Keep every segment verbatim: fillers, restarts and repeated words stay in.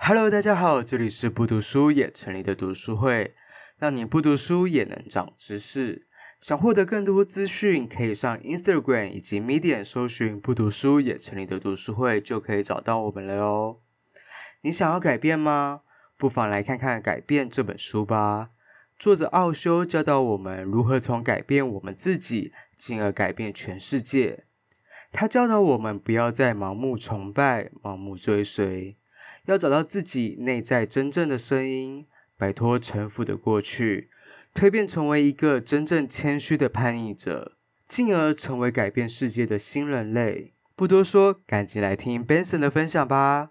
Hello， 大家好，这里是不读书也成立的读书会，让你不读书也能长知识。想获得更多资讯，可以上 Instagram 以及 Medium 搜寻不读书也成立的读书会，就可以找到我们了哦。你想要改变吗？不妨来看看《改变》这本书吧。作者奥修教导我们如何从改变我们自己，进而改变全世界。他教导我们不要再盲目崇拜、盲目追随，要找到自己内在真正的声音，摆脱臣服的过去，蜕变成为一个真正谦虚的叛逆者，进而成为改变世界的新人类。不多说，赶紧来听 Benson 的分享吧。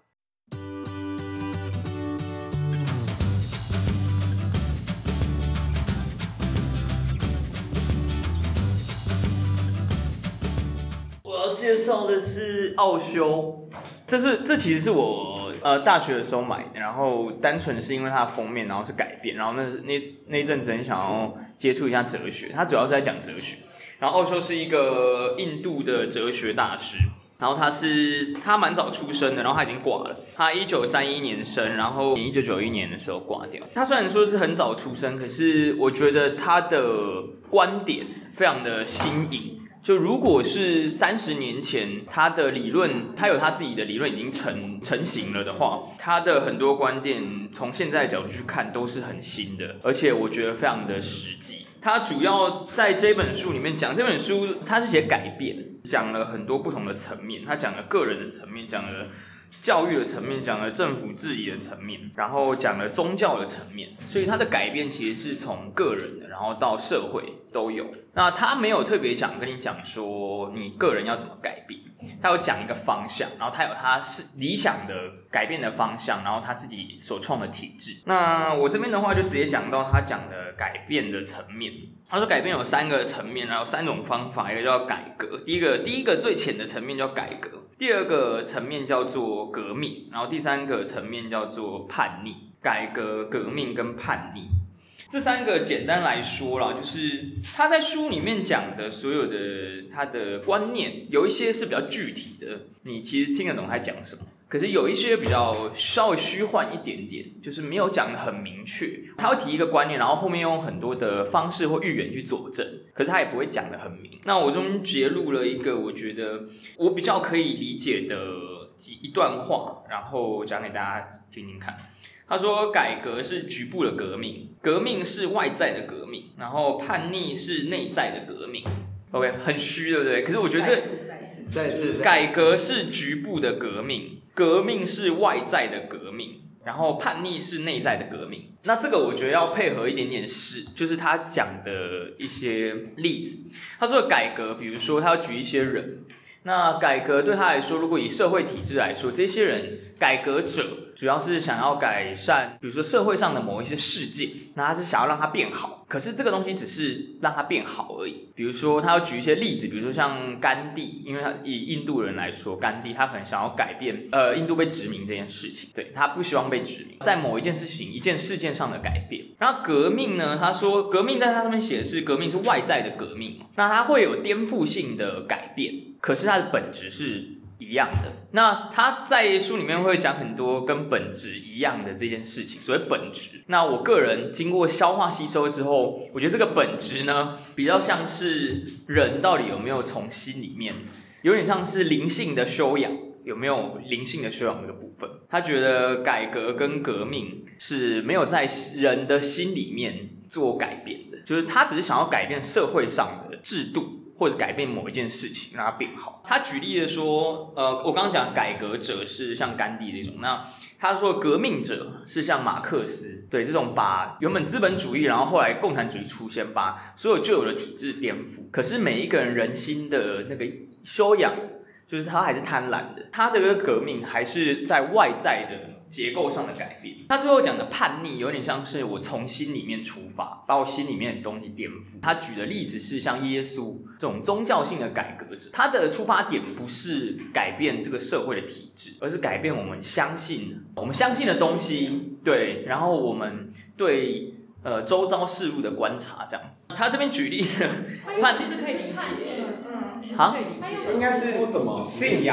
我要介绍的是奥修，这是这其实是我呃大学的时候买的，然后单纯是因为它的封面，然后是改变，然后那那那一阵子很想要接触一下哲学，它主要是在讲哲学。然后奥修是一个印度的哲学大师，然后他是他蛮早出生的，然后他已经挂了，他一九三一年生，然后一九九一年的时候挂掉。他虽然说是很早出生，可是我觉得他的观点非常的新颖。就如果是三十年前，他的理论，他有他自己的理论已经成成型了的话，他的很多观点从现在的角度去看都是很新的，而且我觉得非常的实际。他主要在这本书里面讲，这本书他是写改变，讲了很多不同的层面，他讲了个人的层面，讲了教育的层面，讲了政府治理的层面，然后讲了宗教的层面，所以他的改变其实是从个人的，然后到社会都有。那他没有特别讲跟你讲说你个人要怎么改变，他有讲一个方向，然后他有他是理想的改变的方向，然后他自己所创的体制。那我这边的话就直接讲到他讲的改变的层面。他说改变有三个层面，然后三种方法，一个叫改革，第一个第一个最浅的层面叫改革，第二个层面叫做革命，然后第三个层面叫做叛逆。改革、革命跟叛逆这三个简单来说啦，就是他在书里面讲的所有的他的观念，有一些是比较具体的，你其实听得懂他讲什么。可是有一些比较稍微虚幻一点点，就是没有讲得很明确。他会提一个观念，然后后面用很多的方式或寓言去佐证，可是他也不会讲得很明。那我中间截录了一个我觉得我比较可以理解的一段话，然后讲给大家听听看。他说改革是局部的革命，革命是外在的革命，然后叛逆是内在的革命。 OK， 很虚对不对？可是我觉得这再次改革是局部的革命，革命是外在的革命，然后叛逆是内在的革命。那这个我觉得要配合一点点事，就是他讲的一些例子。他说的改革，比如说他要举一些人，那改革对他来说，如果以社会体制来说，这些人改革者主要是想要改善，比如说社会上的某一些事件，那他是想要让它变好，可是这个东西只是让它变好而已。比如说他要举一些例子，比如说像甘地，因为他以印度人来说，甘地他可能想要改变呃印度被殖民这件事情，对，他不希望被殖民，在某一件事情一件事件上的改变。然后革命呢，他说革命在他上面写的是革命是外在的革命，那它会有颠覆性的改变，可是它的本质是一样的。那他在书里面会讲很多跟本质一样的这件事情，所谓本质。那我个人经过消化吸收之后，我觉得这个本质呢，比较像是人到底有没有从心里面，有点像是灵性的修养，有没有灵性的修养这个部分。他觉得改革跟革命是没有在人的心里面做改变的，就是他只是想要改变社会上的制度，或者改变某一件事情让它变好。他举例的说，呃，我刚刚讲改革者是像甘地这种，那他说革命者是像马克思，对，这种把原本资本主义，然后后来共产主义出现，把所有旧有的体制颠覆。可是每一个人人心的那个修养，就是他还是贪婪的，他的这个革命还是在外在的结构上的改变。他最后讲的叛逆有点像是我从心里面出发，把我心里面的东西颠覆。他举的例子是像耶稣这种宗教性的改革者，他的出发点不是改变这个社会的体制，而是改变我们相信我们相信的东西，对，然后我们对呃周遭事物的观察这样子。他这边举例的， 他其实可以理解，嗯，其实可以理解， 应该是什么信仰吧？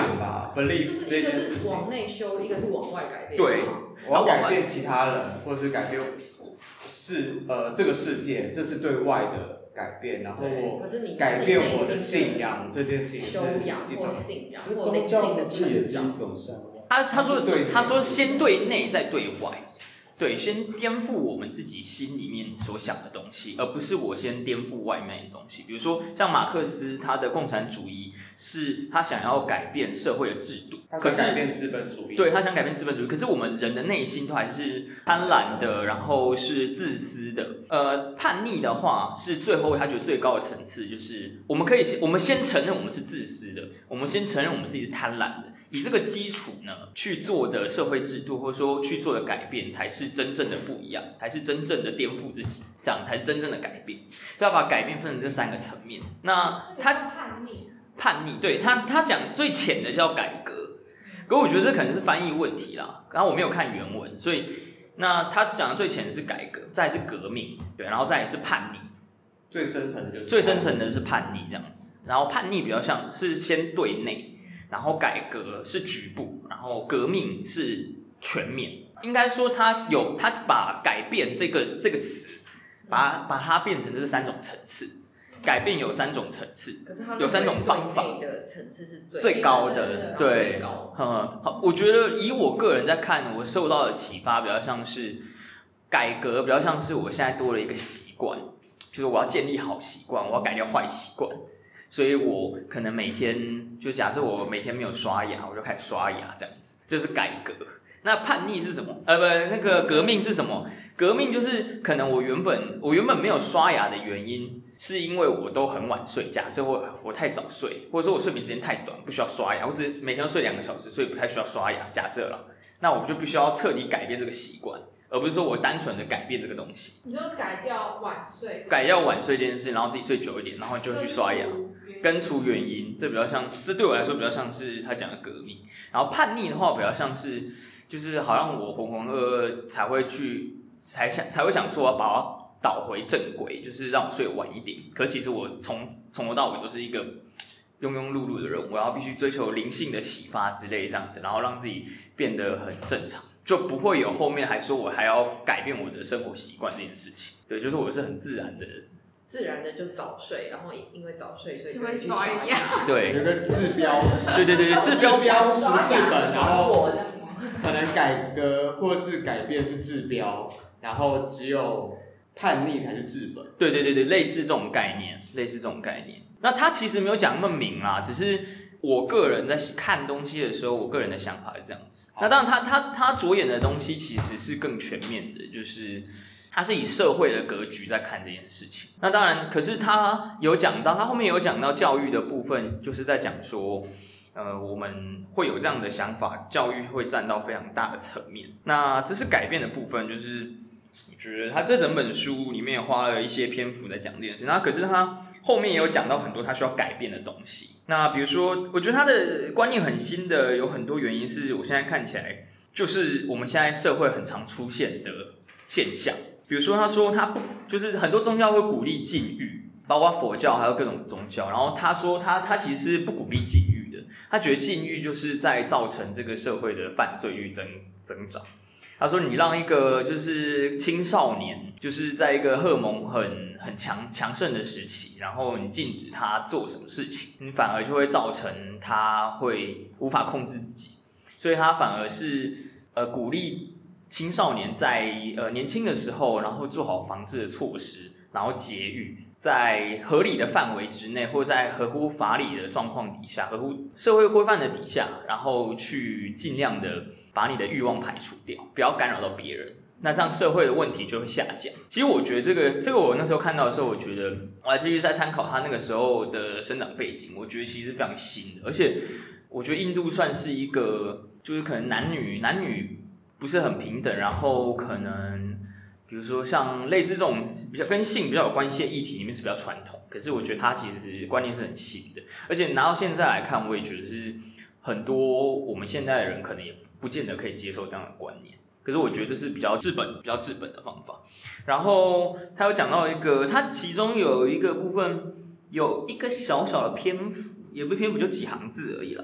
吧 ，believe 就是这一个件事情。 是往内修，一个是往外改变。 对， 我要改变其他人，或者是改变是呃这个世界，这是对外的改变，然后我改变我的信仰这件事情是修养一种或信仰或宗灵性的教不是也成长。 是一种向外？ 他他说对他说先对内再对外，对，先颠覆我们自己心里面所想的东西，而不是我先颠覆外面的东西。比如说像马克思，他的共产主义是他想要改变社会的制度， 可是改变资本主义， 对他想改变资本主义，可是我们人的内心都还是贪婪的，然后是自私的。呃，叛逆的话是最后他觉得最高的层次，就是我们可以先我们先承认我们是自私的，我们先承认我们自己是贪婪的。以这个基础呢去做的社会制度，或者说去做的改变，才是真正的不一样，才是真正的颠覆自己，这样才是真正的改变。就要把改变分成这三个层面。那他叛逆， 叛逆，对他他讲最浅的叫改革，可我觉得这可能是翻译问题啦。然后我没有看原文，所以那他讲的最浅的是改革，再来是革命，对，然后再来是叛逆。 最深层的就是最深层的是叛逆这样子，然后叛逆比较像是先对内。然后改革是局部，然后革命是全面。应该说他有他把改变这个这个词，把它把它变成这三种层次。改变有三种层次， 可是它有三种方法的层次是最最高的，对， 最高。 嗯，好，我觉得以我个人在看，我受到的启发比较像是改革，比较像是我现在多了一个习惯，就是我要建立好习惯，我要改掉坏习惯。所以我可能每天就假设我每天没有刷牙，我就开始刷牙，这样子，这就是改革。那叛逆是什么？呃，不，那个革命是什么？革命就是可能我原本我原本没有刷牙的原因，是因为我都很晚睡。假设我我太早睡，或者说我睡眠时间太短，不需要刷牙，我只每天都睡两个小时，所以不太需要刷牙。假设了，那我就必须要彻底改变这个习惯，而不是说我单纯的改变这个东西。 你就改掉晚睡， 改掉晚睡这件事，然后自己睡久一点，然后就去刷牙。根除原因，这比较像，这对我来说比较像是他讲的革命。然后叛逆的话，比较像是，就是好像我浑浑噩噩才会去，才想才会想说，我要把它导回正轨，就是让我睡晚一点。可其实我从从头到尾都是一个庸庸碌碌的人，我要必须追求灵性的启发之类这样子，然后让自己变得很正常，就不会有后面还说我还要改变我的生活习惯这件事情。对，就是我是很自然的。 自然的就早睡，然后因为早睡，所以就会去刷牙。 对， 有一个治标， 对对对对，治标治标不治本，然后我这样吗？ 可能改革或是改变是治标，然后只有叛逆才是治本。 对对对对，类似这种概念，类似这种概念。那他其实没有讲那么明啦，只是我个人在看东西的时候，我个人的想法是这样子。那当然他，他他他着眼的东西其实是更全面的，就是他是以社会的格局在看这件事情。那当然，可是他有讲到，他后面有讲到教育的部分，就是在讲说，呃，我们会有这样的想法，教育会占到非常大的层面。那这是改变的部分，就是我觉得他这整本书里面也花了一些篇幅在讲这件事。那可是他后面也有讲到很多他需要改变的东西。那比如说，我觉得他的观念很新的，有很多原因是我现在看起来就是我们现在社会很常出现的现象。比如说，他说他不就是很多宗教会鼓励禁欲，包括佛教还有各种宗教。然后他说他他其实是不鼓励禁欲的，他觉得禁欲就是在造成这个社会的犯罪率增增长。他说你让一个就是青少年，就是在一个荷尔蒙很很强强盛的时期，然后你禁止他做什么事情，你反而就会造成他会无法控制自己，所以他反而是呃鼓励青少年在呃年轻的时候，然后做好防治的措施，然后节育，在合理的范围之内，或在合乎法理的状况底下，合乎社会规范的底下，然后去尽量的把你的欲望排除掉，不要干扰到别人。那这样社会的问题就会下降。其实我觉得这个这个我那时候看到的时候，我觉得我还继续在参考他那个时候的生长背景，我觉得其实非常新的，而且我觉得印度算是一个就是可能男女男女不是很平等，然后可能比如说像类似这种比较跟性比较有关系的议题里面是比较传统，可是我觉得它其实观念是很新的，而且拿到现在来看，我也觉得是很多我们现在的人可能也不见得可以接受这样的观念。可是我觉得这是比较治本、比较治本的方法。然后他有讲到一个，他其中有一个部分有一个小小的篇幅，也不是篇幅，就几行字而已啦。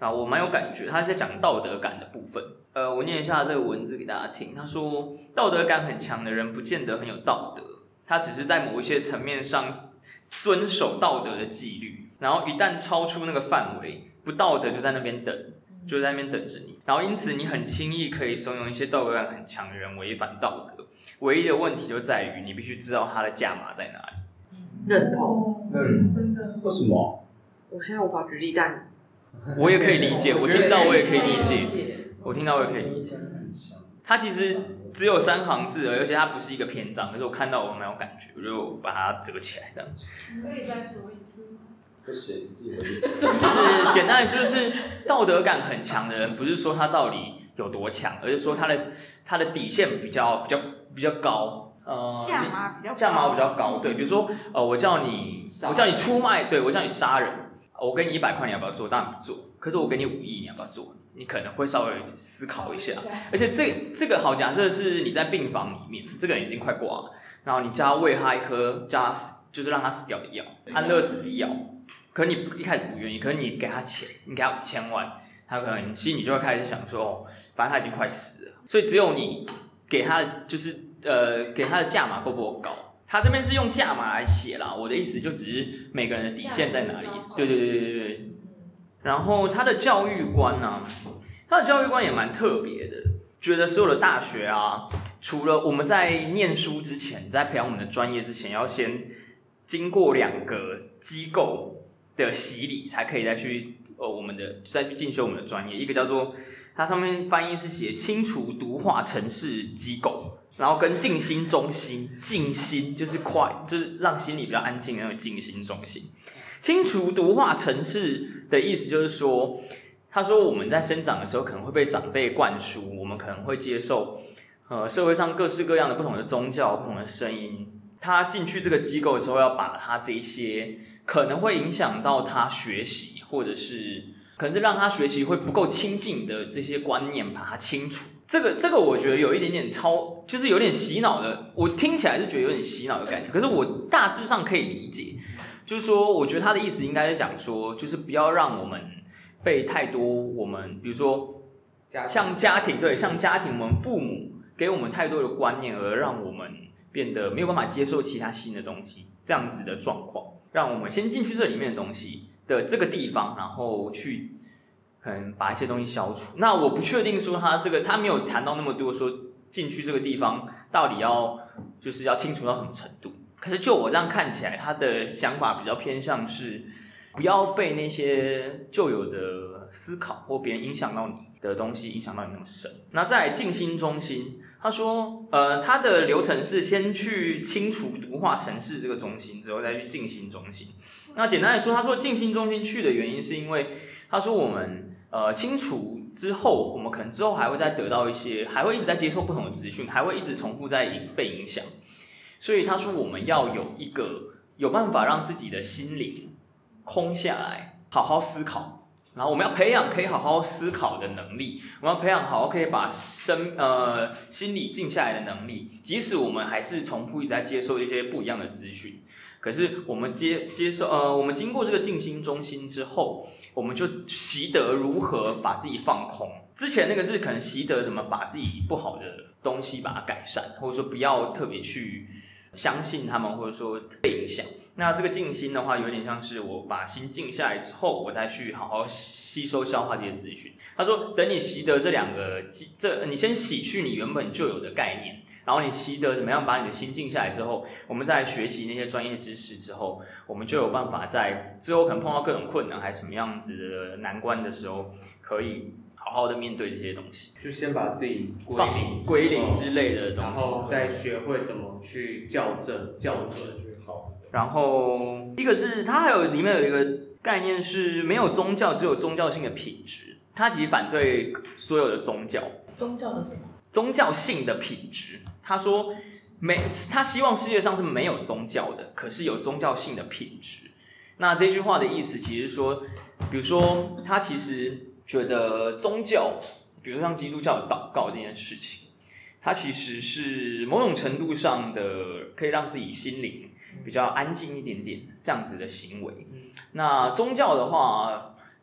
啊，我蛮有感觉，他是在讲道德感的部分。呃，我念一下这个文字给大家听。他说，道德感很强的人不见得很有道德，他只是在某一些层面上遵守道德的纪律，然后一旦超出那个范围，不道德就在那边等。就在那边等着你，然后因此你很轻易可以怂恿一些道德感很强的人违反道德。唯一的问题就在于你必须知道他的价码在哪里。 认同， 嗯，真的。 为什么？ 我现在无法举例，但我也可以理解，我听到我也可以理解，我听到我也可以理解。他其实只有三行字而已，而且它不是一个篇章，可是我看到我蛮有感觉，我就把它折起来这样子。 你可以再说一次吗？ 不行，自己回去。 就是简单来说，就是道德感很强的人，不是说他到底有多强，而是说他的他的底线比较比较比较高，呃， 价码比较高价码比较高，对，比如说呃，我叫你我叫你出卖，对我叫你杀人，我给你一百块，你要不要做？当然不做。可是我给你五亿，你要不要做？你可能会稍微思考一下。而且这这个好，假设是你在病房里面，这个人已经快挂了，然后你叫他喂他一颗叫他死，就是让他死掉的药，安乐死的药。可你一开始不愿意，可是你给他钱，你给他五千万，他可能心里就会开始想说，哦，反正他已经快死了，所以只有你给他的就是呃给他的价码够不够高？他这边是用价码来写啦，我的意思就只是每个人的底线在哪里。对对对对对对。然后他的教育观啊，他的教育观也蛮特别的，觉得所有的大学啊，除了我们在念书之前，在培养我们的专业之前，要先经过两个机构的洗礼，才可以再去呃我们的再去进修我们的专业。一个叫做它上面翻译是写清除毒化程式机构，然后跟静心中心，静心就是快，就是让心里比较安静的那种静心中心。清除毒化程式的意思就是说，他说我们在生长的时候可能会被长辈灌输，我们可能会接受呃社会上各式各样的不同的宗教、不同的声音。他进去这个机构之后，要把他这一些可能会影响到他学习，或者是可能是让他学习会不够亲近的这些观念，把它清除。这个这个我觉得有一点点超，就是有点洗脑的，我听起来是觉得有点洗脑的感觉。可是我大致上可以理解，就是说，我觉得他的意思应该是讲说，就是不要让我们被太多我们，比如说像家庭，对，像家庭，我们父母给我们太多的观念，而让我们变得没有办法接受其他新的东西，这样子的状况，让我们先进去这里面的东西的这个地方，然后去可能把一些东西消除。那我不确定说他这个他没有谈到那么多，说进去这个地方到底要就是要清除到什么程度。可是就我这样看起来，他的想法比较偏向是不要被那些旧有的思考或别人影响到你的东西影响到你那么深。那再来静心中心，他说，呃，他的流程是先去清除毒化程式这个中心，之后再去静心中心。那简单来说，他说静心中心去的原因是因为，他说我们呃清除之后，我们可能之后还会再得到一些，还会一直在接受不同的资讯，还会一直重复在被影响。所以他说我们要有一个有办法让自己的心灵空下来，好好思考。然后我们要培养可以好好思考的能力，我们要培养好可以把身呃心理静下来的能力。即使我们还是重复一直在接受一些不一样的资讯，可是我们接接受呃我们经过这个静心中心之后，我们就习得如何把自己放空。之前那个是可能习得怎么把自己不好的东西把它改善，或者说不要特别去相信他们，或者说被影响。那这个静心的话，有点像是我把心静下来之后，我再去好好吸收消化这些资讯。他说，等你习得这两个，这你先洗去你原本就有的概念，然后你习得怎么样把你的心静下来之后，我们再学习那些专业知识之后，我们就有办法在之后可能碰到各种困难还是什么样子的难关的时候，可以好好的面对这些东西， 就先把自己归零、 归零之类的东西， 然后再学会怎么去校正、校准。 然后一个是它还有里面有一个概念是没有宗教，只有宗教性的品质。他其实反对所有的宗教， 宗教的什么？ 宗教性的品质。他说没，他希望世界上是没有宗教的，可是有宗教性的品质。那这句话的意思其实说，比如说他其实觉得宗教，比如说像基督教的祷告这件事情，它其实是某种程度上的可以让自己心灵比较安静一点点这样子的行为。那宗教的话，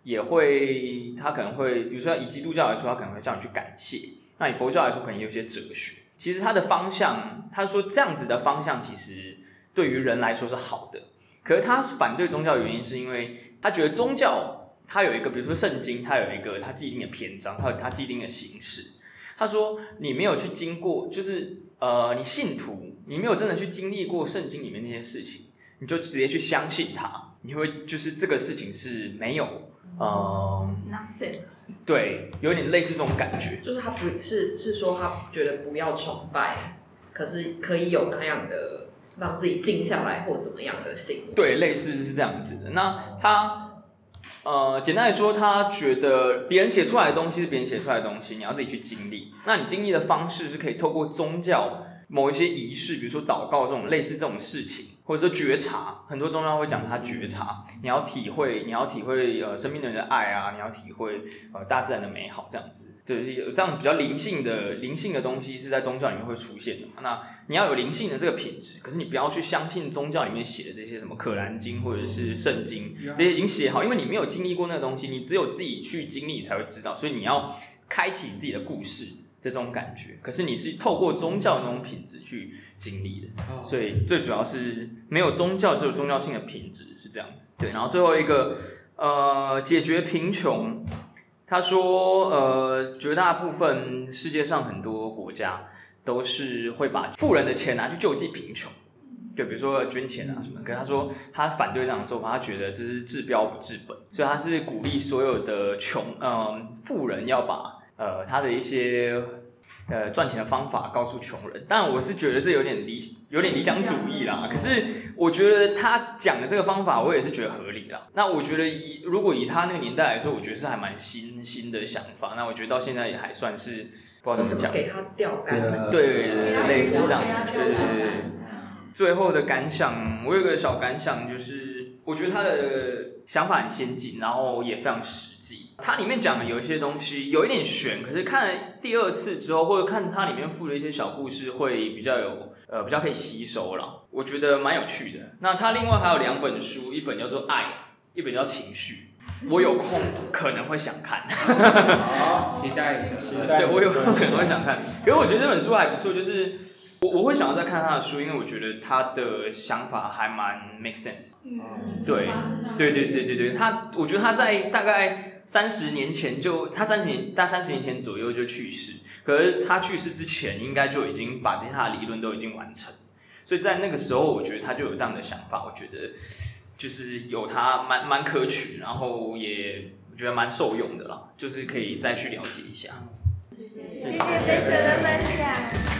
也会，他可能会，比如说以基督教来说，他可能会叫你去感谢；那以佛教来说，可能也有些哲学。其实他的方向，他说这样子的方向，其实对于人来说是好的。可是他反对宗教的原因，是因为他觉得宗教它有一个，比如说圣经，它有一个它既定的篇章，它有它既定的形式。他说你没有去经过，就是呃，你信徒，你没有真的去经历过圣经里面那些事情，你就直接去相信它，你会就是这个事情是没有。嗯 ，nonsense， 对，有点类似这种感觉， 就是他不是是说他觉得不要崇拜，可是可以有那样的让自己静下来或怎么样的行为。 对，类似是这样子的。那他呃，简单来说，他觉得别人写出来的东西是别人写出来的东西，你要自己去经历。那你经历的方式是可以透过宗教某一些仪式，比如说祷告这种类似这种事情。或者说觉察，很多宗教会讲他觉察，你要体会，你要体会呃生命的人的爱啊，你要体会呃大自然的美好，这样子，就是有这样比较灵性的灵性的东西是在宗教里面会出现的嘛。那你要有灵性的这个品质，可是你不要去相信宗教里面写的这些什么可兰经或者是圣经，这些已经写好，因为你没有经历过那个东西，你只有自己去经历才会知道，所以你要开启你自己的故事。这种感觉，可是你是透过宗教那种品质去经历的，哦、所以最主要是没有宗教，只有宗教性的品质是这样子。对，然后最后一个，呃，解决贫穷，他说，呃，绝大部分世界上很多国家都是会把富人的钱拿去救济贫穷，对，比如说捐钱啊什么的。可是他说他反对这样的做法，他觉得这是治标不治本，所以他是鼓励所有的穷，嗯、呃，富人要把。呃，他的一些呃赚钱的方法告诉穷人，但我是觉得这有点理有点理想主义啦。可是我觉得他讲的这个方法，我也是觉得合理啦。那我觉得以如果以他那个年代来说，我觉得是还蛮新新的想法。那我觉得到现在也还算是不知道怎么讲， 给他钓竿， 对对对，类似这样子，对对对对。最后的感想，我有个小感想，就是我觉得他的想法很先进，然后也非常实际。它里面讲的有一些东西有一点悬，可是看了第二次之后，或者看它里面附的一些小故事，会比较有呃比较可以吸收了，我觉得蛮有趣的。那它另外还有两本书，一本叫做《爱》，一本叫《情绪》。我有空可能会想看， 期待期待。 对，我有空可能会想看，可是我觉得这本书还不错，就是我我会想要再看他的书，因为我觉得他的想法还蛮 make sense。嗯，对，对对对对对，他我觉得他在大概三十年前就，他三十年大三十年前左右就去世，可是他去世之前应该就已经把这些他的理论都已经完成，所以在那个时候我觉得他就有这样的想法，我觉得就是有他蛮蛮可取，然后也我觉得蛮受用的啦，就是可以再去了解一下。谢谢贝舍的分享。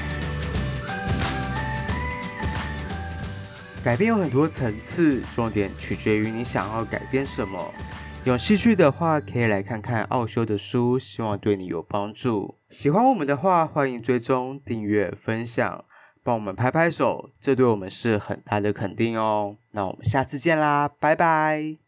改变有很多层次，重点取决于你想要改变什么。有兴趣的话，可以来看看奥修的书，希望对你有帮助。喜欢我们的话，欢迎追踪、订阅、分享，帮我们拍拍手，这对我们是很大的肯定哦。那我们下次见啦，拜拜。